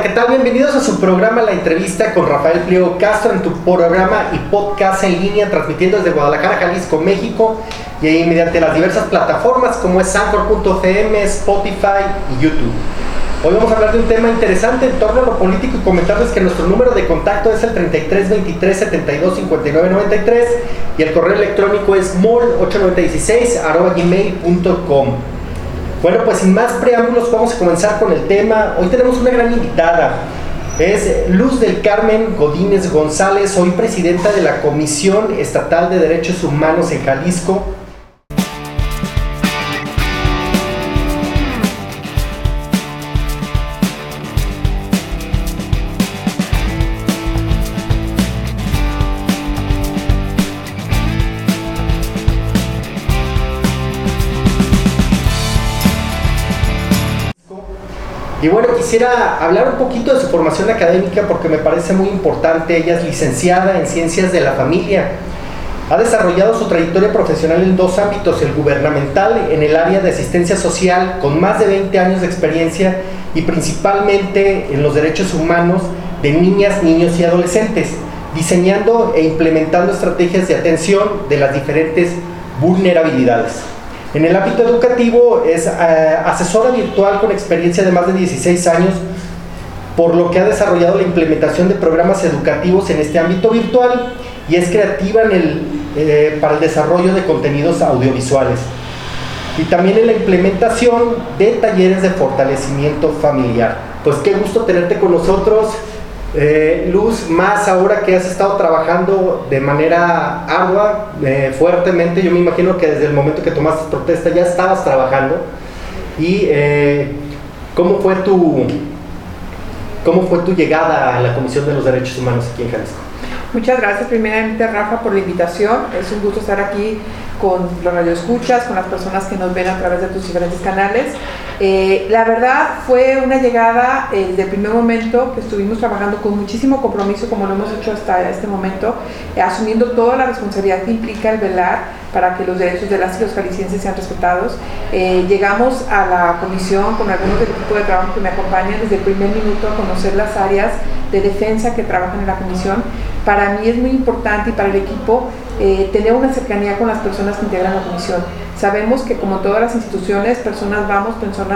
¿qué tal? Bienvenidos a su programa La Entrevista con Rafael Pliego Castro, en tu programa y podcast en línea, transmitiendo desde Guadalajara, Jalisco, México, y ahí mediante las diversas plataformas como es Anchor.fm, Spotify y YouTube. Hoy vamos a hablar de un tema interesante en torno a lo político y comentarles que nuestro número de contacto es el 33 23 72 59 93 y el correo electrónico es mol8916@gmail.com. Bueno, pues sin más preámbulos vamos a comenzar con el tema. Hoy tenemos una gran invitada. Es Luz del Carmen Godínez González, hoy presidenta de la Comisión Estatal de Derechos Humanos en Jalisco. Y bueno, quisiera hablar un poquito de su formación académica porque me parece muy importante. Ella es licenciada en Ciencias de la Familia. Ha desarrollado su trayectoria profesional en dos ámbitos: el gubernamental en el área de asistencia social, con más de 20 años de experiencia, y principalmente en los derechos humanos de niñas, niños y adolescentes, diseñando e implementando estrategias de atención de las diferentes vulnerabilidades. En el ámbito educativo es asesora virtual con experiencia de más de 16 años, por lo que ha desarrollado la implementación de programas educativos en este ámbito virtual, y es creativa para el desarrollo de contenidos audiovisuales y también en la implementación de talleres de fortalecimiento familiar. Pues qué gusto tenerte con nosotros, Luz, más ahora que has estado trabajando de manera ardua, fuertemente. Yo me imagino que desde el momento que tomaste protesta ya estabas trabajando. Y ¿cómo fue tu llegada a la Comisión de los Derechos Humanos aquí en Jalisco? Muchas gracias primeramente, Rafa, por la invitación. Es un gusto estar aquí con los radioescuchas, con las personas que nos ven a través de tus diferentes canales. La verdad fue una llegada desde el primer momento que estuvimos trabajando con muchísimo compromiso, como lo hemos hecho hasta este momento, asumiendo toda la responsabilidad que implica el velar para que los derechos de las y los jaliscienses sean respetados. Llegamos a la comisión con algunos del equipo de trabajo que me acompañan desde el primer minuto a conocer las áreas de defensa que trabajan en la comisión. Para mí es muy importante, y para el equipo, tener una cercanía con las personas que integran la comisión. Sabemos que, como todas las instituciones, personas vamos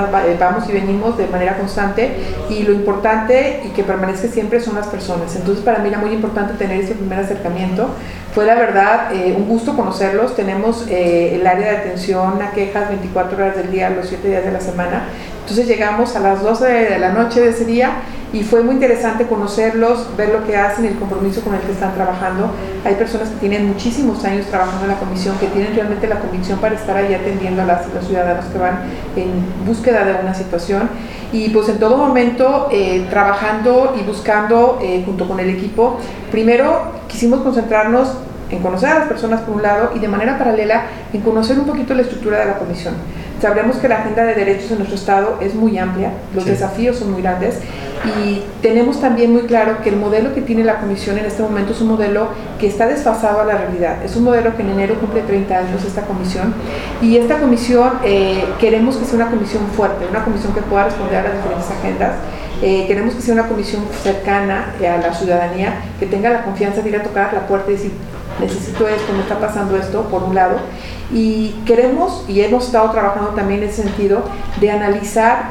y venimos de manera constante, y lo importante y que permanezca siempre son las personas. Entonces, para mí era muy importante tener ese primer acercamiento. Fue, la verdad, un gusto conocerlos. Tenemos el área de atención a quejas 24 horas del día, los 7 días de la semana. Entonces llegamos a las 12 de la noche de ese día y fue muy interesante conocerlos, ver lo que hacen, el compromiso con el que están trabajando. Hay personas que tienen muchísimos años trabajando en la comisión, que tienen realmente la convicción para estar ahí atendiendo a los ciudadanos que van en búsqueda de una situación. Y pues en todo momento trabajando y buscando junto con el equipo. Primero quisimos concentrarnos en conocer a las personas por un lado, y de manera paralela en conocer un poquito la estructura de la comisión. Sabremos que la agenda de derechos en nuestro estado es muy amplia, los desafíos son muy grandes, y tenemos también muy claro que el modelo que tiene la comisión en este momento es un modelo que está desfasado a la realidad. Es un modelo que en enero cumple 30 años esta comisión, y esta comisión queremos que sea una comisión fuerte, una comisión que pueda responder a las diferentes agendas. Queremos que sea una comisión cercana a la ciudadanía, que tenga la confianza de ir a tocar la puerta y decir: necesito esto, me está pasando esto, por un lado. Y queremos, y hemos estado trabajando también en ese sentido, de analizar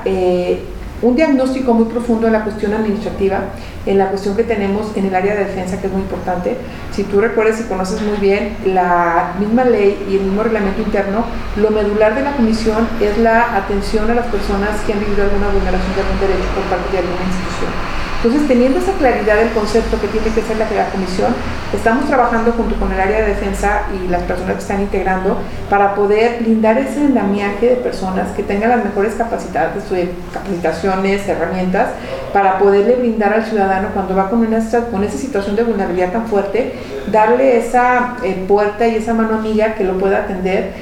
un diagnóstico muy profundo en la cuestión administrativa, en la cuestión que tenemos en el área de defensa, que es muy importante. Si tú recuerdas y conoces muy bien la misma ley y el mismo reglamento interno, lo medular de la comisión es la atención a las personas que han vivido alguna vulneración de algún derecho por parte de alguna institución. Entonces, teniendo esa claridad del concepto que tiene que ser la comisión, estamos trabajando junto con el área de defensa y las personas que están integrando para poder blindar ese andamiaje de personas que tengan las mejores capacitaciones, herramientas, para poderle brindar al ciudadano cuando va con esa situación de vulnerabilidad tan fuerte, darle esa puerta y esa mano amiga que lo pueda atender,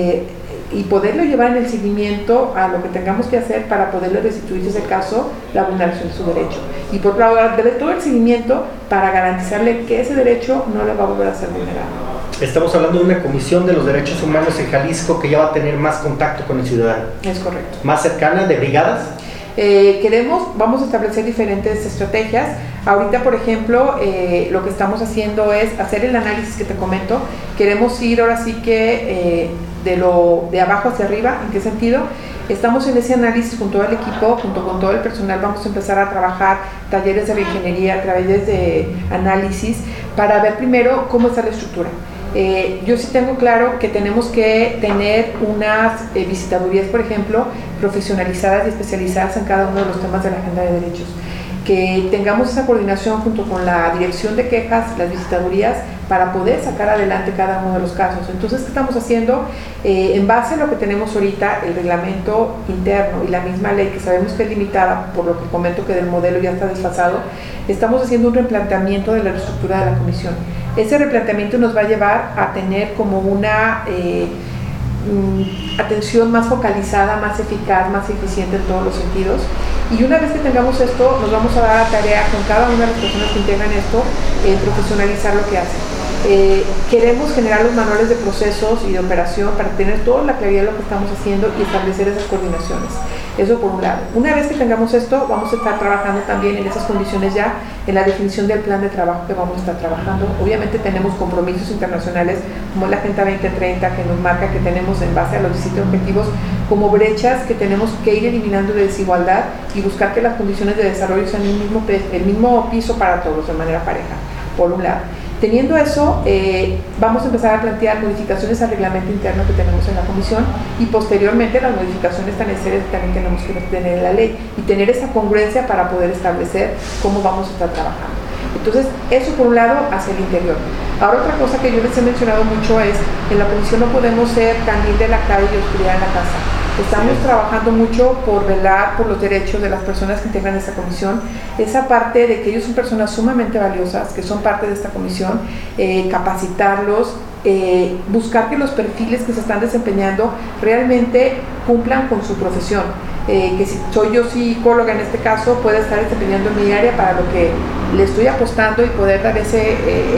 y poderlo llevar en el seguimiento a lo que tengamos que hacer para poderle restituir, en ese caso, la vulneración de su derecho. Y por otro lado, darle todo el seguimiento para garantizarle que ese derecho no le va a volver a ser vulnerado. Estamos hablando de una Comisión de los Derechos Humanos en Jalisco que ya va a tener más contacto con el ciudadano. Es correcto. ¿Más cercana, de brigadas? Vamos a establecer diferentes estrategias. Ahorita, por ejemplo, lo que estamos haciendo es hacer el análisis que te comento. Queremos ir ahora sí que de abajo hacia arriba. ¿En qué sentido? Estamos en ese análisis con todo el equipo, junto con todo el personal. Vamos a empezar a trabajar talleres de reingeniería a través de análisis para ver primero cómo está la estructura. Yo sí tengo claro que tenemos que tener unas visitadurías, por ejemplo, profesionalizadas y especializadas en cada uno de los temas de la agenda de derechos. Que tengamos esa coordinación junto con la dirección de quejas, las visitadurías, para poder sacar adelante cada uno de los casos. Entonces, ¿qué estamos haciendo? En base a lo que tenemos ahorita, el reglamento interno y la misma ley, que sabemos que es limitada, por lo que comento que del modelo ya está desfasado, estamos haciendo un replanteamiento de la estructura de la comisión. Ese replanteamiento nos va a llevar a tener como una atención más focalizada, más eficaz, más eficiente en todos los sentidos. Y una vez que tengamos esto, nos vamos a dar a tarea con cada una de las personas que integran esto, profesionalizar lo que hacen. Queremos generar los manuales de procesos y de operación para tener toda la claridad de lo que estamos haciendo y establecer esas coordinaciones. Eso por un lado. Una vez que tengamos esto, vamos a estar trabajando también en esas condiciones ya, en la definición del plan de trabajo que vamos a estar trabajando. Obviamente tenemos compromisos internacionales como la Agenda 2030 que nos marca que tenemos en base a los 17 objetivos como brechas que tenemos que ir eliminando de desigualdad y buscar que las condiciones de desarrollo sean el mismo piso para todos de manera pareja, por un lado. Teniendo eso, vamos a empezar a plantear modificaciones al reglamento interno que tenemos en la comisión y posteriormente las modificaciones tan necesarias que también tenemos que tener en la ley y tener esa congruencia para poder establecer cómo vamos a estar trabajando. Entonces, eso por un lado hacia el interior. Ahora, otra cosa que yo les he mencionado mucho es que en la comisión no podemos ser candil de la calle y oscuridad en la casa. Estamos trabajando mucho por velar por los derechos de las personas que integran esta comisión, esa parte de que ellos son personas sumamente valiosas, que son parte de esta comisión, capacitarlos, buscar que los perfiles que se están desempeñando realmente cumplan con su profesión. Que si soy yo psicóloga en este caso, pueda estar desempeñando en mi área para lo que le estoy apostando y poder dar ese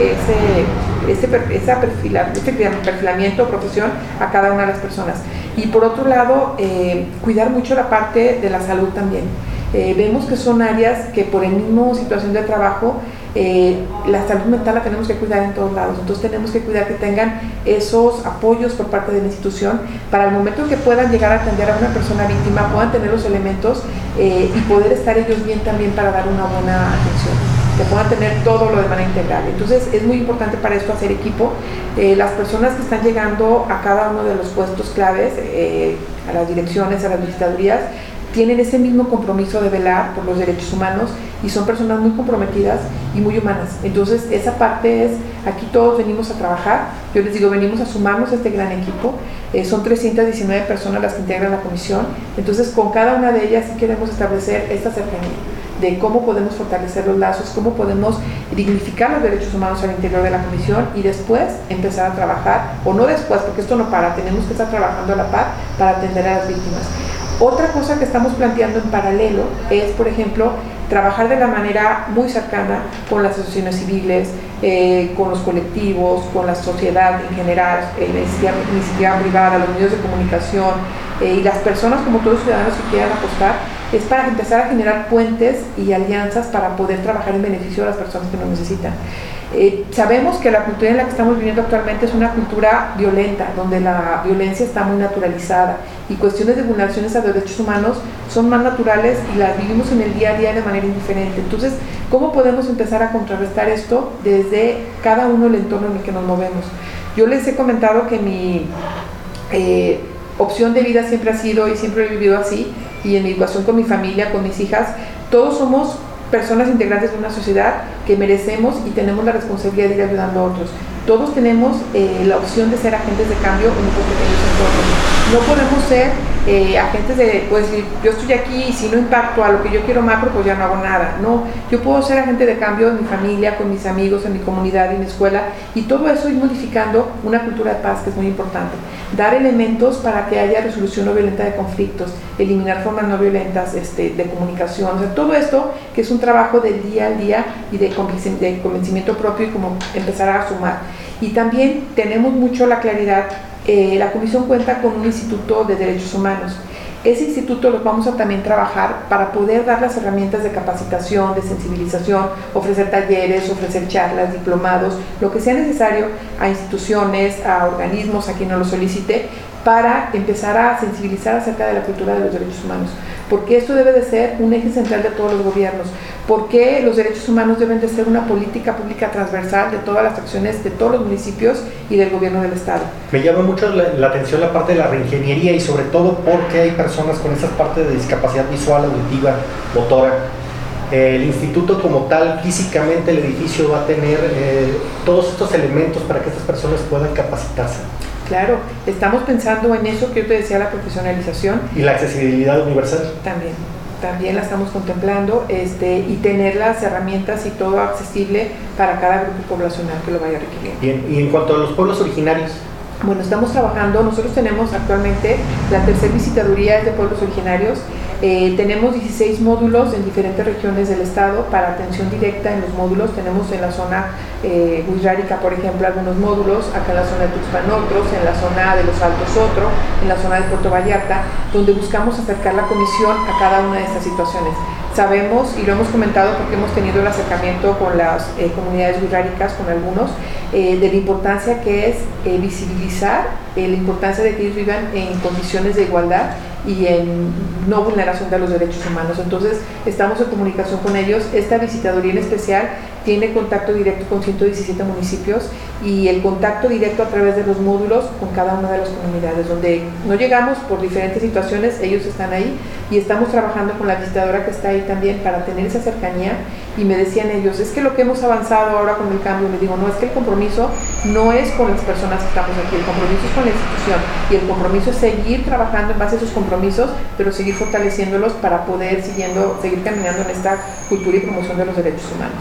perfilamiento o profesión a cada una de las personas. Y por otro lado, cuidar mucho la parte de la salud también. Vemos que son áreas que por el mismo situación de trabajo, la salud mental la tenemos que cuidar en todos lados. Entonces tenemos que cuidar que tengan esos apoyos por parte de la institución para el momento que puedan llegar a atender a una persona víctima, puedan tener los elementos y poder estar ellos bien también para dar una buena atención, que puedan tener todo lo de manera integral. Entonces es muy importante para esto hacer equipo. Las personas que están llegando a cada uno de los puestos claves, a las direcciones, a las visitadurías, tienen ese mismo compromiso de velar por los derechos humanos y son personas muy comprometidas y muy humanas. Entonces esa parte es, aquí todos venimos a trabajar, yo les digo, venimos a sumarnos a este gran equipo, son 319 personas las que integran la comisión, entonces con cada una de ellas sí queremos establecer esta cercanía de cómo podemos fortalecer los lazos, cómo podemos dignificar los derechos humanos al interior de la comisión y después empezar a trabajar, o no después, porque esto no para, tenemos que estar trabajando a la par para atender a las víctimas. Otra cosa que estamos planteando en paralelo es, por ejemplo, trabajar de la manera muy cercana con las asociaciones civiles, con los colectivos, con la sociedad en general, iniciativa privada, los medios de comunicación y las personas como todos los ciudadanos que quieran apostar, es para empezar a generar puentes y alianzas para poder trabajar en beneficio de las personas que nos necesitan. Sabemos que la cultura en la que estamos viviendo actualmente es una cultura violenta, donde la violencia está muy naturalizada y cuestiones de vulneraciones a derechos humanos son más naturales y las vivimos en el día a día de manera indiferente. Entonces, ¿cómo podemos empezar a contrarrestar esto desde cada uno el entorno en el que nos movemos? Yo les he comentado que mi opción de vida siempre ha sido y siempre he vivido así, y en mi educación con mi familia, con mis hijas, todos somos personas integrantes de una sociedad que merecemos y tenemos la responsabilidad de ir ayudando a otros. Todos tenemos la opción de ser agentes de cambio en nuestros pequeños entornos. No podemos ser agentes de, pues yo estoy aquí y si no impacto a lo que yo quiero macro, pues ya no hago nada. No, yo puedo ser agente de cambio en mi familia, con mis amigos, en mi comunidad, en mi escuela, y todo eso ir modificando una cultura de paz que es muy importante. Dar elementos para que haya resolución no violenta de conflictos, eliminar formas no violentas de comunicación, o sea, todo esto que es un trabajo del día al día y de convencimiento propio y como empezar a sumar. Y también tenemos mucho la claridad, la comisión cuenta con un instituto de derechos humanos ese instituto los vamos a también trabajar para poder dar las herramientas de capacitación, de sensibilización, ofrecer talleres, ofrecer charlas, diplomados, lo que sea necesario a instituciones, a organismos, a quien nos lo solicite, para empezar a sensibilizar acerca de la cultura de los derechos humanos. Porque esto debe de ser un eje central de todos los gobiernos. Porque los derechos humanos deben de ser una política pública transversal de todas las acciones de todos los municipios y del gobierno del estado. Me llama mucho la atención la parte de la reingeniería y sobre todo porque hay personas con esas partes de discapacidad visual, auditiva, motora. El instituto como tal, físicamente el edificio va a tener todos estos elementos para que estas personas puedan capacitarse. Claro, estamos pensando en eso que yo te decía, la profesionalización. Y la accesibilidad universal. También la estamos contemplando, y tener las herramientas y todo accesible para cada grupo poblacional que lo vaya requiriendo. Bien, y en cuanto a los pueblos originarios. Bueno, estamos trabajando, nosotros tenemos actualmente la tercera visitaduría de pueblos originarios. Tenemos 16 módulos en diferentes regiones del estado para atención directa en los módulos. Tenemos en la zona Huirrárica, por ejemplo, algunos módulos, acá en la zona de Tuxpan otros, en la zona de Los Altos otro, en la zona de Puerto Vallarta, donde buscamos acercar la comisión a cada una de estas situaciones. Sabemos, y lo hemos comentado porque hemos tenido el acercamiento con las comunidades huirráricas, con algunos, de la importancia que es visibilizar la importancia de que ellos vivan en condiciones de igualdad y en no vulneración de los derechos humanos. Entonces, estamos en comunicación con ellos. Esta visitaduría en especial tiene contacto directo con 117 municipios y el contacto directo a través de los módulos con cada una de las comunidades, donde no llegamos por diferentes situaciones, ellos están ahí y estamos trabajando con la visitadora que está ahí también para tener esa cercanía. Y me decían ellos, es que lo que hemos avanzado ahora con el cambio, les digo, no, es que el compromiso no es con las personas que estamos aquí, el compromiso es con la institución y el compromiso es seguir trabajando en base a esos compromisos, pero seguir fortaleciéndolos para poder seguir caminando en esta cultura y promoción de los derechos humanos.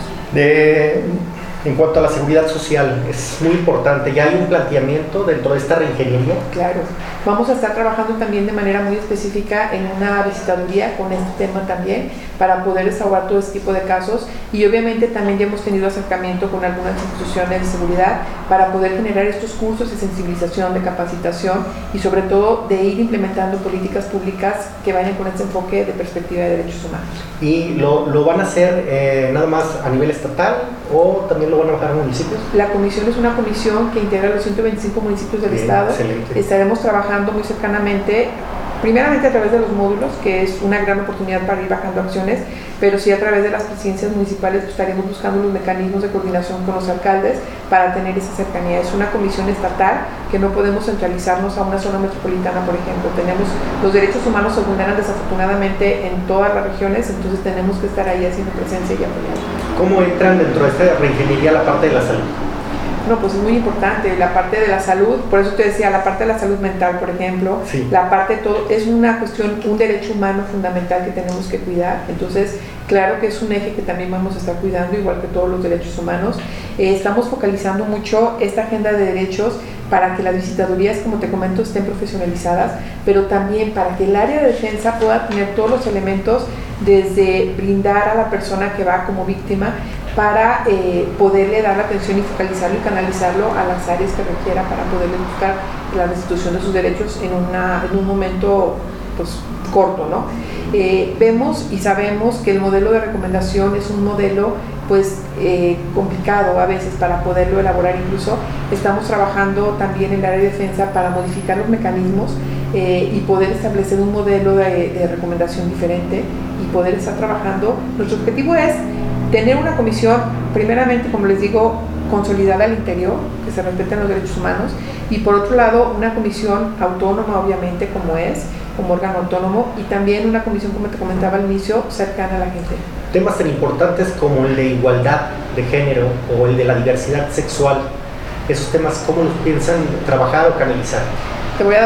En cuanto a la seguridad social, es muy importante. ¿Ya hay un planteamiento dentro de esta reingeniería? Claro, vamos a estar trabajando también de manera muy específica en una visitaduría con este tema también, para poder desahogar todo este tipo de casos, y obviamente también ya hemos tenido acercamiento con algunas instituciones de seguridad para poder generar estos cursos de sensibilización, de capacitación y sobre todo de ir implementando políticas públicas que vayan con este enfoque de perspectiva de derechos humanos. ¿Y lo van a hacer nada más a nivel estatal o también lo van a bajar a municipios? La comisión es una comisión que integra los 125 municipios del estado. Excelente. Estaremos trabajando muy cercanamente, primeramente a través de los módulos, que es una gran oportunidad para ir bajando acciones, pero sí a través de las presidencias municipales, pues estaremos buscando los mecanismos de coordinación con los alcaldes para tener esa cercanía. Es una comisión estatal que no podemos centralizarnos a una zona metropolitana, por ejemplo. Los derechos humanos se vulneran desafortunadamente en todas las regiones, entonces tenemos que estar ahí haciendo presencia y apoyando. ¿Cómo entran dentro de esta reingeniería la parte de la salud? No, pues es muy importante la parte de la salud, por eso te decía, la parte de la salud mental, por ejemplo, sí. La parte de todo, es una cuestión, un derecho humano fundamental que tenemos que cuidar. Entonces, claro que es un eje que también vamos a estar cuidando, igual que todos los derechos humanos. Estamos focalizando mucho esta agenda de derechos para que las visitadurías, como te comento, estén profesionalizadas, pero también para que el área de defensa pueda tener todos los elementos, desde brindar a la persona que va como víctima para poderle dar la atención y focalizarlo y canalizarlo a las áreas que requiera para poderle buscar la restitución de sus derechos en un momento pues corto, ¿no? Vemos y sabemos que el modelo de recomendación es un modelo pues complicado a veces para poderlo elaborar. Incluso estamos trabajando también en el área de defensa para modificar los mecanismos y poder establecer un modelo de recomendación diferente y poder estar trabajando. Nuestro objetivo es tener una comisión, primeramente, como les digo, consolidada al interior, que se respeten los derechos humanos, y por otro lado, una comisión autónoma, obviamente, como órgano autónomo, y también una comisión, como te comentaba al inicio, cercana a la gente. Temas tan importantes como el de igualdad de género o el de la diversidad sexual, esos temas, ¿cómo los piensan trabajar o canalizar? Te voy a dar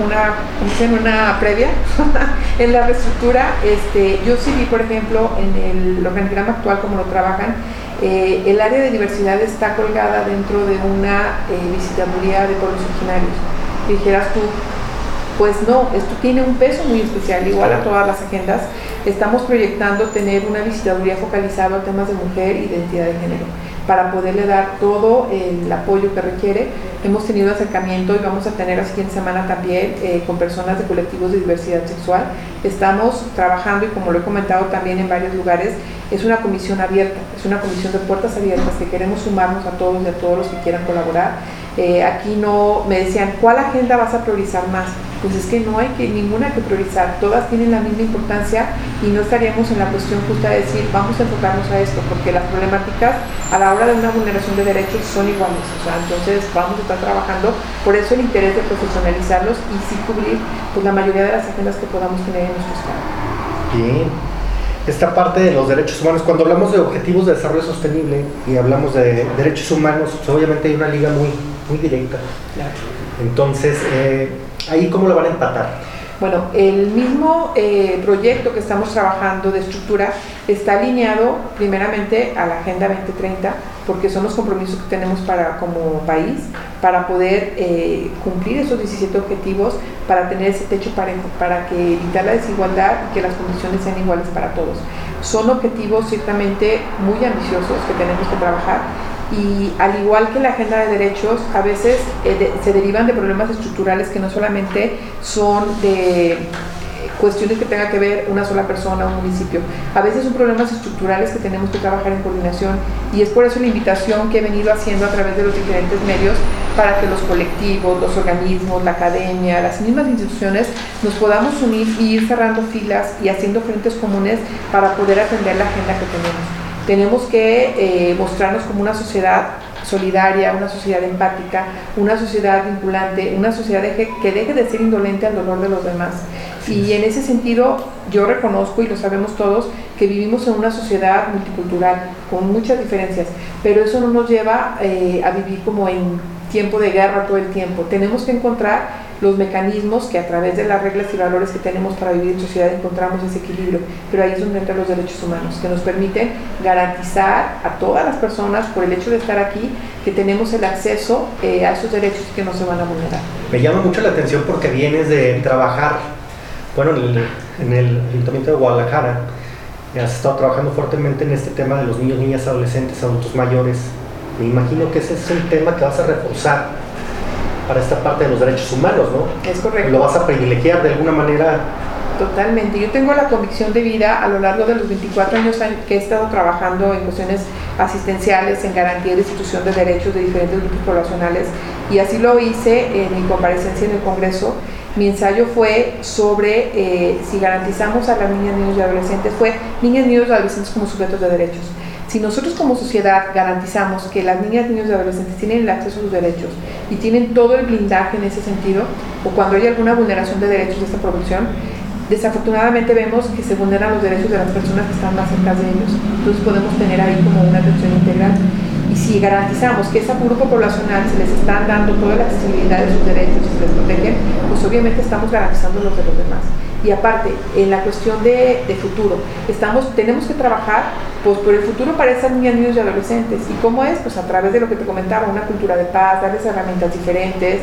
una previa. En la reestructura, yo sí vi, por ejemplo, en el organigrama actual, como lo trabajan, el área de diversidad está colgada dentro de una visitaduría de pueblos originarios. Dijeras tú, pues no, esto tiene un peso muy especial, igual a todas las agendas. Estamos proyectando tener una visitaduría focalizada a temas de mujer y de identidad de género. para poderle dar todo el apoyo que requiere. Hemos tenido acercamiento y vamos a tener la siguiente semana también con personas de colectivos de diversidad sexual. Estamos trabajando, y como lo he comentado también en varios lugares, es una comisión abierta, es una comisión de puertas abiertas que queremos sumarnos a todos y a todos los que quieran colaborar. Aquí no me decían, ¿cuál agenda vas a priorizar más? Pues es que no hay ninguna que priorizar, todas tienen la misma importancia y no estaríamos en la cuestión justa de decir, vamos a enfocarnos a esto, porque las problemáticas a la hora de una vulneración de derechos son iguales, o sea, entonces vamos a estar trabajando, por eso el interés de profesionalizarlos y sí cubrir pues, la mayoría de las agendas que podamos tener en nuestro estado. Bien. Esta parte de los derechos humanos, cuando hablamos de objetivos de desarrollo sostenible y hablamos de derechos humanos, pues obviamente hay una liga muy directa. Claro. Entonces, ¿ahí cómo lo van a empatar? Bueno, el mismo proyecto que estamos trabajando de estructura está alineado primeramente a la Agenda 2030, porque son los compromisos que tenemos como país para poder cumplir esos 17 objetivos, para tener ese techo parejo, para que evitar la desigualdad y que las condiciones sean iguales para todos. Son objetivos ciertamente muy ambiciosos que tenemos que trabajar. Y al igual que la agenda de derechos, a veces se derivan de problemas estructurales que no solamente son de cuestiones que tenga que ver una sola persona o un municipio. A veces son problemas estructurales que tenemos que trabajar en coordinación, y es por eso la invitación que he venido haciendo a través de los diferentes medios para que los colectivos, los organismos, la academia, las mismas instituciones nos podamos unir y ir cerrando filas y haciendo frentes comunes para poder atender la agenda que tenemos. Tenemos que mostrarnos como una sociedad solidaria, una sociedad empática, una sociedad vinculante, una sociedad que deje de ser indolente al dolor de los demás. Y en ese sentido, yo reconozco, y lo sabemos todos, que vivimos en una sociedad multicultural, con muchas diferencias, pero eso no nos lleva a vivir como en tiempo de guerra todo el tiempo. Tenemos que encontrar los mecanismos que a través de las reglas y valores que tenemos para vivir en sociedad encontramos ese equilibrio, pero ahí es donde entran los derechos humanos, que nos permiten garantizar a todas las personas, por el hecho de estar aquí, que tenemos el acceso a esos derechos que no se van a vulnerar. Me llama mucho la atención porque vienes de trabajar, bueno, en el Ayuntamiento de Guadalajara, has estado trabajando fuertemente en este tema de los niños, niñas, adolescentes, adultos mayores. Me imagino que ese es un tema que vas a reforzar para esta parte de los derechos humanos, ¿no? Es correcto. Lo vas a privilegiar de alguna manera. Totalmente. Yo tengo la convicción de vida a lo largo de los 24 años que he estado trabajando en cuestiones asistenciales, en garantía de institución de derechos de diferentes grupos poblacionales, y así lo hice en mi comparecencia en el Congreso. Mi ensayo fue sobre si garantizamos a las niñas, niños y adolescentes, fue niñas, niños y adolescentes como sujetos de derechos. Si nosotros como sociedad garantizamos que las niñas, niños y adolescentes tienen el acceso a sus derechos y tienen todo el blindaje en ese sentido, o cuando hay alguna vulneración de derechos de esta producción, desafortunadamente vemos que se vulneran los derechos de las personas que están más cerca de ellos. Entonces podemos tener ahí como una atención integral. Y si garantizamos que a ese grupo poblacional se les están dando toda la accesibilidad de sus derechos y se les protegen, pues obviamente estamos garantizando los de los demás. Y aparte, en la cuestión de futuro, tenemos que trabajar pues, por el futuro para esas niñas, niños y adolescentes. ¿Y cómo es? Pues a través de lo que te comentaba, una cultura de paz, darles herramientas diferentes,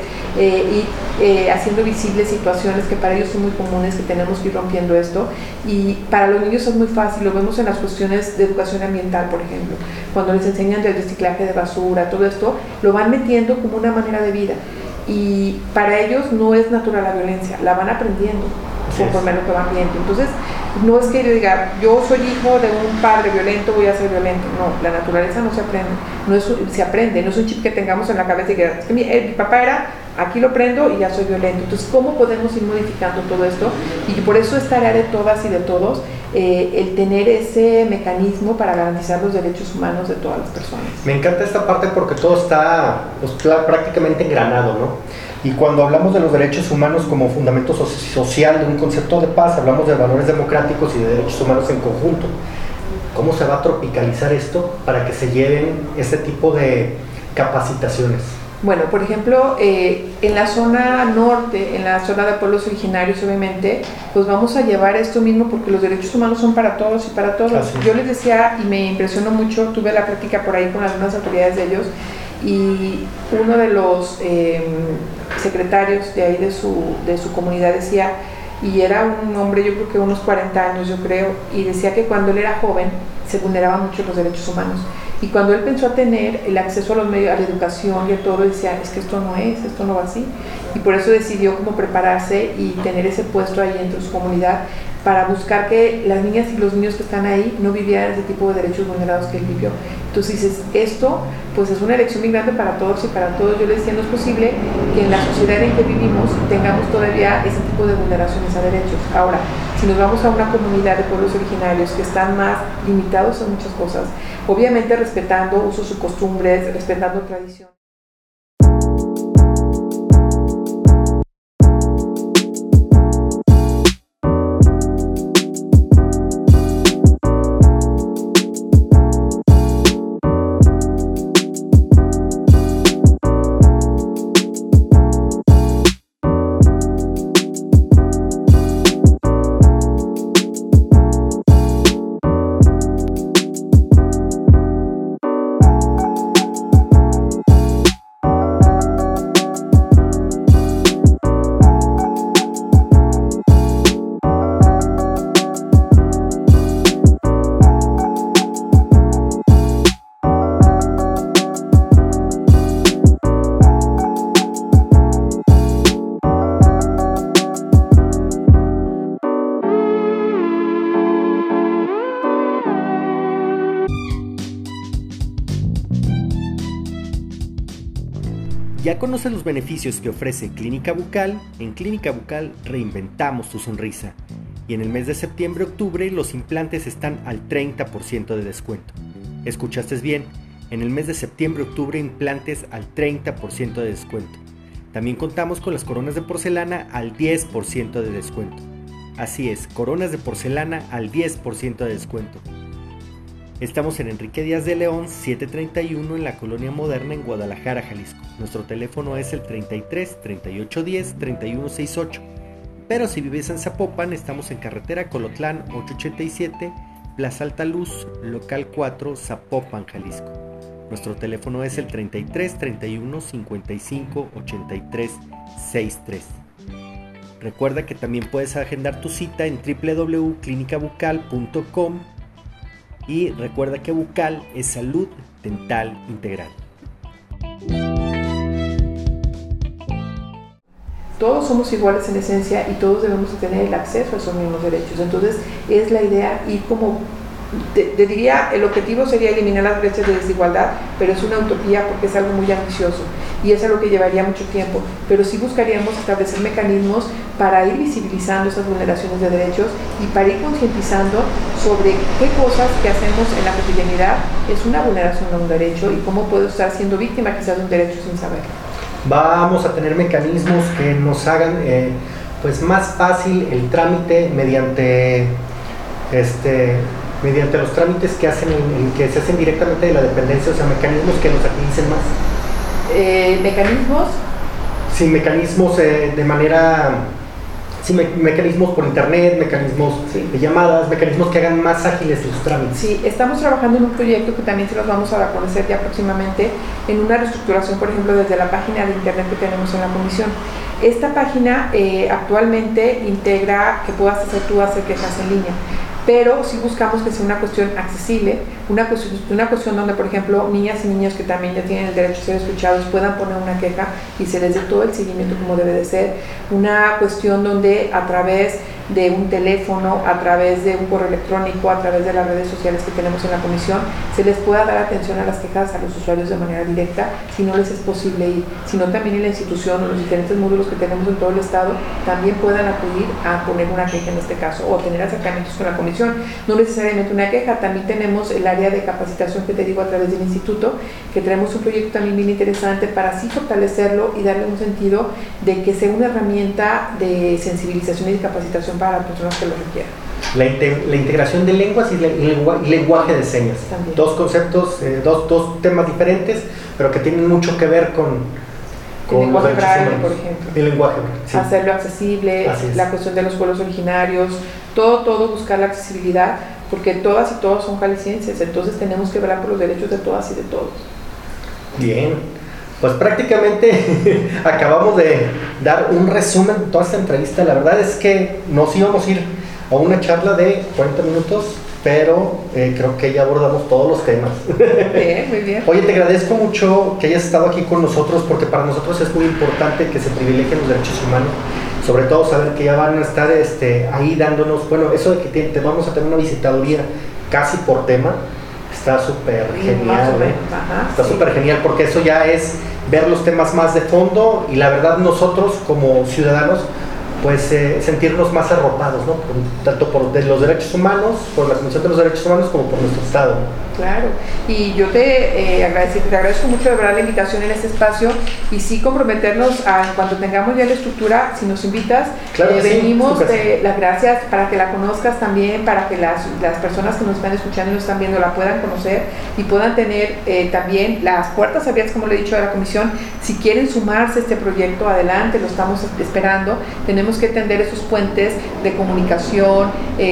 y haciendo visibles situaciones que para ellos son muy comunes, que tenemos que ir rompiendo esto. Y para los niños es muy fácil, lo vemos en las cuestiones de educación ambiental, por ejemplo. Cuando les enseñan del reciclaje de basura, todo esto, lo van metiendo como una manera de vida. Y para ellos no es natural la violencia, la van aprendiendo conforme lo que van viendo. Entonces, no es que yo diga, yo soy hijo de un padre violento, voy a ser violento. No, la naturaleza no se aprende, se aprende, no es un chip que tengamos en la cabeza y que es que mi papá era, aquí lo prendo y ya soy violento. Entonces, ¿cómo podemos ir modificando todo esto? Y por eso es tarea de todas y de todos el tener ese mecanismo para garantizar los derechos humanos de todas las personas. Me encanta esta parte porque todo está pues, prácticamente engranado, ¿no? Y cuando hablamos de los derechos humanos como fundamento social de un concepto de paz, hablamos de valores democráticos y de derechos humanos en conjunto. ¿Cómo se va a tropicalizar esto para que se lleven este tipo de capacitaciones? Bueno, por ejemplo, en la zona norte, en la zona de pueblos originarios, obviamente, pues vamos a llevar esto mismo porque los derechos humanos son para todos y para todos. Yo les decía, y me impresionó mucho, tuve la práctica por ahí con algunas autoridades de ellos, y uno de los secretarios de ahí de su comunidad decía, y era un hombre, yo creo que unos 40 años, yo creo, y decía que cuando él era joven se vulneraban mucho los derechos humanos. Y cuando él pensó a tener el acceso a los medios, a la educación y a todo, decía, es que esto no va así. Y por eso decidió como prepararse y tener ese puesto ahí entre su comunidad para buscar que las niñas y los niños que están ahí no vivieran ese tipo de derechos vulnerados que él vivió. Entonces dices, esto pues es una elección muy grande para todos y para todos. Yo les decía, no es posible que en la sociedad en que vivimos tengamos todavía ese tipo de vulneraciones a derechos. Ahora, si nos vamos a una comunidad de pueblos originarios que están más limitados en muchas cosas, obviamente respetando usos y costumbres, respetando tradiciones. ¿Ya conoces los beneficios que ofrece Clínica Bucal? En Clínica Bucal reinventamos tu sonrisa. Y en el mes de septiembre-octubre los implantes están al 30% de descuento. ¿Escuchaste bien? En el mes de septiembre-octubre implantes al 30% de descuento. También contamos con las coronas de porcelana al 10% de descuento. Así es, coronas de porcelana al 10% de descuento. Estamos en Enrique Díaz de León, 731 en la Colonia Moderna en Guadalajara, Jalisco. Nuestro teléfono es el 33 3810 3168. Pero si vives en Zapopan, estamos en carretera Colotlán 887, Plaza Alta Luz, local 4, Zapopan, Jalisco. Nuestro teléfono es el 33 31 55 83 63. Recuerda que también puedes agendar tu cita en www.clinicabucal.com. Y recuerda que Bucal es salud dental integral. Todos somos iguales en esencia y todos debemos tener el acceso a esos mismos derechos. Entonces es la idea y como te diría, el objetivo sería eliminar las brechas de desigualdad, pero es una utopía porque es algo muy ambicioso y es algo que llevaría mucho tiempo, pero sí buscaríamos establecer mecanismos para ir visibilizando esas vulneraciones de derechos y para ir concientizando sobre qué cosas que hacemos en la cotidianidad es una vulneración de un derecho y cómo puedo estar siendo víctima quizás de un derecho sin saberlo. Vamos a tener mecanismos que nos hagan pues más fácil el trámite mediante los trámites que se hacen directamente de la dependencia, o sea, mecanismos que nos agilicen más. ¿Mecanismos? Sí, mecanismos de manera... Sí, mecanismos por internet, mecanismos de llamadas, mecanismos que hagan más ágiles los trámites. Sí, estamos trabajando en un proyecto que también se los vamos a dar a conocer ya próximamente, en una reestructuración, por ejemplo, desde la página de internet que tenemos en la comisión. Esta página actualmente integra que puedas hacer quejas en línea, pero sí buscamos que sea una cuestión accesible, una cuestión donde, por ejemplo, niñas y niños que también ya tienen el derecho a ser escuchados puedan poner una queja y se les dé todo el seguimiento como debe de ser, una cuestión donde a través de un teléfono, a través de un correo electrónico, a través de las redes sociales que tenemos en la comisión, se les pueda dar atención a las quejas a los usuarios de manera directa, si no les es posible ir, sino también en la institución o los diferentes módulos que tenemos en todo el estado, también puedan acudir a poner una queja en este caso, o tener acercamientos con la comisión, no necesariamente una queja. También tenemos el área de capacitación que te digo a través del instituto, que tenemos un proyecto también bien interesante para así fortalecerlo y darle un sentido de que sea una herramienta de sensibilización y de capacitación para las personas que lo requieran. La integración de lenguas y lenguaje de señas. También. Dos conceptos, dos temas diferentes, pero que tienen mucho que ver con el lenguaje braille, por ejemplo. El lenguaje, sí. Hacerlo accesible, la cuestión de los pueblos originarios, todo buscar la accesibilidad, porque todas y todos son jaliscienses, entonces tenemos que velar por los derechos de todas y de todos. Bien, pues prácticamente acabamos de dar un resumen de toda esta entrevista. La verdad es que nos íbamos a ir a una charla de 40 minutos pero creo que ya abordamos todos los temas. Bien, muy bien. Oye, te agradezco mucho que hayas estado aquí con nosotros, porque para nosotros es muy importante que se privilegien los derechos humanos, sobre todo saber que ya van a estar ahí dándonos, bueno, eso de que te vamos a tener una visitaduría casi por tema, está súper genial. Está súper genial, porque eso ya es ver los temas más de fondo y la verdad nosotros como ciudadanos pues sentirnos más arropados, ¿no? Tanto por los derechos humanos, por la Comisión de los Derechos Humanos, como por nuestro Estado. Claro, y yo te agradezco mucho de verdad la invitación en este espacio, y sí comprometernos a cuando tengamos ya la estructura, si nos invitas, claro venimos, sí, las gracias para que la conozcas también, para que las personas que nos están escuchando y nos están viendo la puedan conocer y puedan tener también las puertas abiertas, como le he dicho, a la comisión. Si quieren sumarse a este proyecto, adelante, lo estamos esperando. Tenemos que tender esos puentes de comunicación,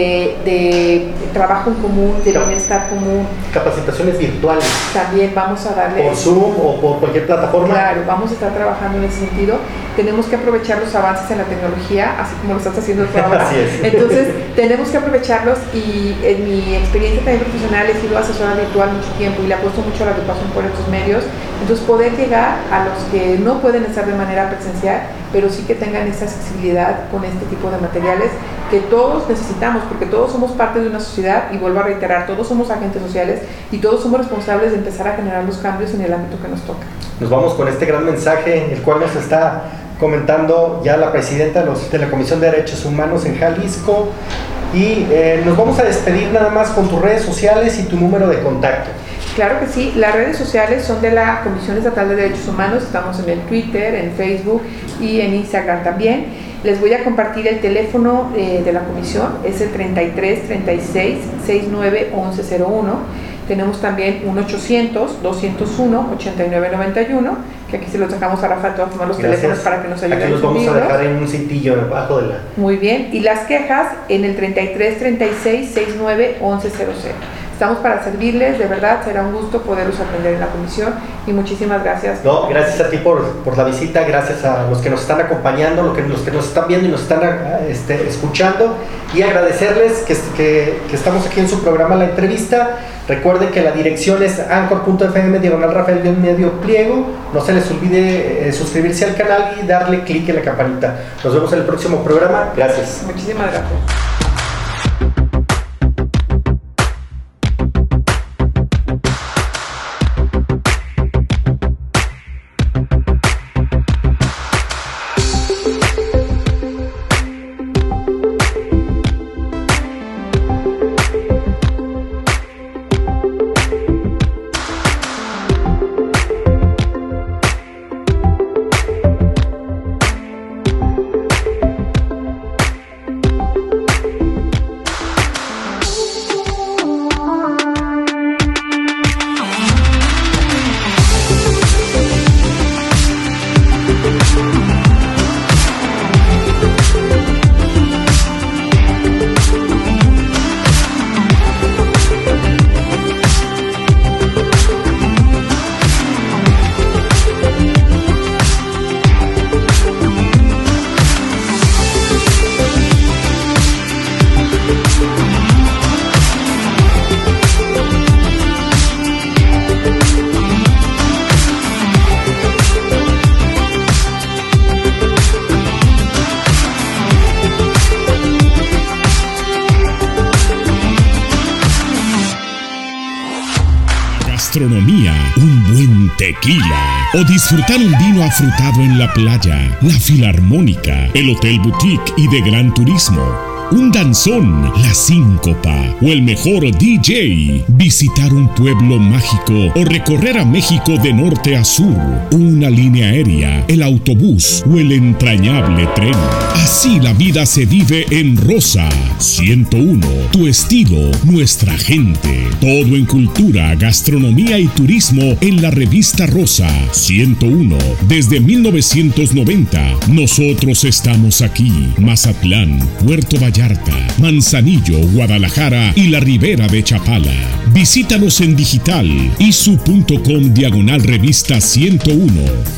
de trabajo en común, de bienestar común. Capacitaciones virtuales. También vamos a darle... Por Zoom o por cualquier plataforma. Claro, vamos a estar trabajando en ese sentido. Tenemos que aprovechar los avances en la tecnología, así como lo estás haciendo tú ahora. Así es. Entonces, tenemos que aprovecharlos, y en mi experiencia también profesional he sido asesora virtual mucho tiempo y le apuesto mucho a la educación por estos medios. Entonces, poder llegar a los que no pueden estar de manera presencial, pero sí que tengan esa accesibilidad con este tipo de materiales que todos necesitamos, porque todos somos parte de una sociedad, y vuelvo a reiterar, todos somos agentes sociales y todos somos responsables de empezar a generar los cambios en el ámbito que nos toca. Nos vamos con este gran mensaje, el cual nos está comentando ya la presidenta de la Comisión de Derechos Humanos en Jalisco, y nos vamos a despedir nada más con tus redes sociales y tu número de contacto. Claro que sí, las redes sociales son de la Comisión Estatal de Derechos Humanos, estamos en el Twitter, en Facebook y en Instagram también. Les voy a compartir el teléfono de la comisión, es el 33 36 69 1101. Tenemos también un 800 201 8991, que aquí se los dejamos a Rafa de todas formas los teléfonos para que nos ayuden. Aquí los vamos a dejar en un cintillo debajo de la... Muy bien, y las quejas en el 33 36 69 1100. Estamos para servirles, de verdad, será un gusto poderlos atender en la comisión, y muchísimas gracias. No, gracias a ti por la visita, gracias a los que nos están acompañando, los que nos están viendo y nos están escuchando, y agradecerles que estamos aquí en su programa La Entrevista. Recuerden que la dirección es anchor.fm/Rafael_Pliego. No se les olvide suscribirse al canal y darle clic en la campanita. Nos vemos en el próximo programa. Gracias. Muchísimas gracias. Gastronomía, un buen tequila o disfrutar un vino afrutado en la playa, la Filarmónica, el Hotel Boutique y de Gran Turismo, un danzón, la síncopa o el mejor DJ, visitar un pueblo mágico o recorrer a México de norte a sur, una línea aérea, el autobús o el entrañable tren. Así la vida se vive en Rosa 101, tu estilo, nuestra gente. Todo en cultura, gastronomía y turismo en la revista Rosa 101. Desde 1990, nosotros estamos aquí. Mazatlán, Puerto Vallarta, Manzanillo, Guadalajara y la Ribera de Chapala. Visítanos en digital isu.com/revista 101.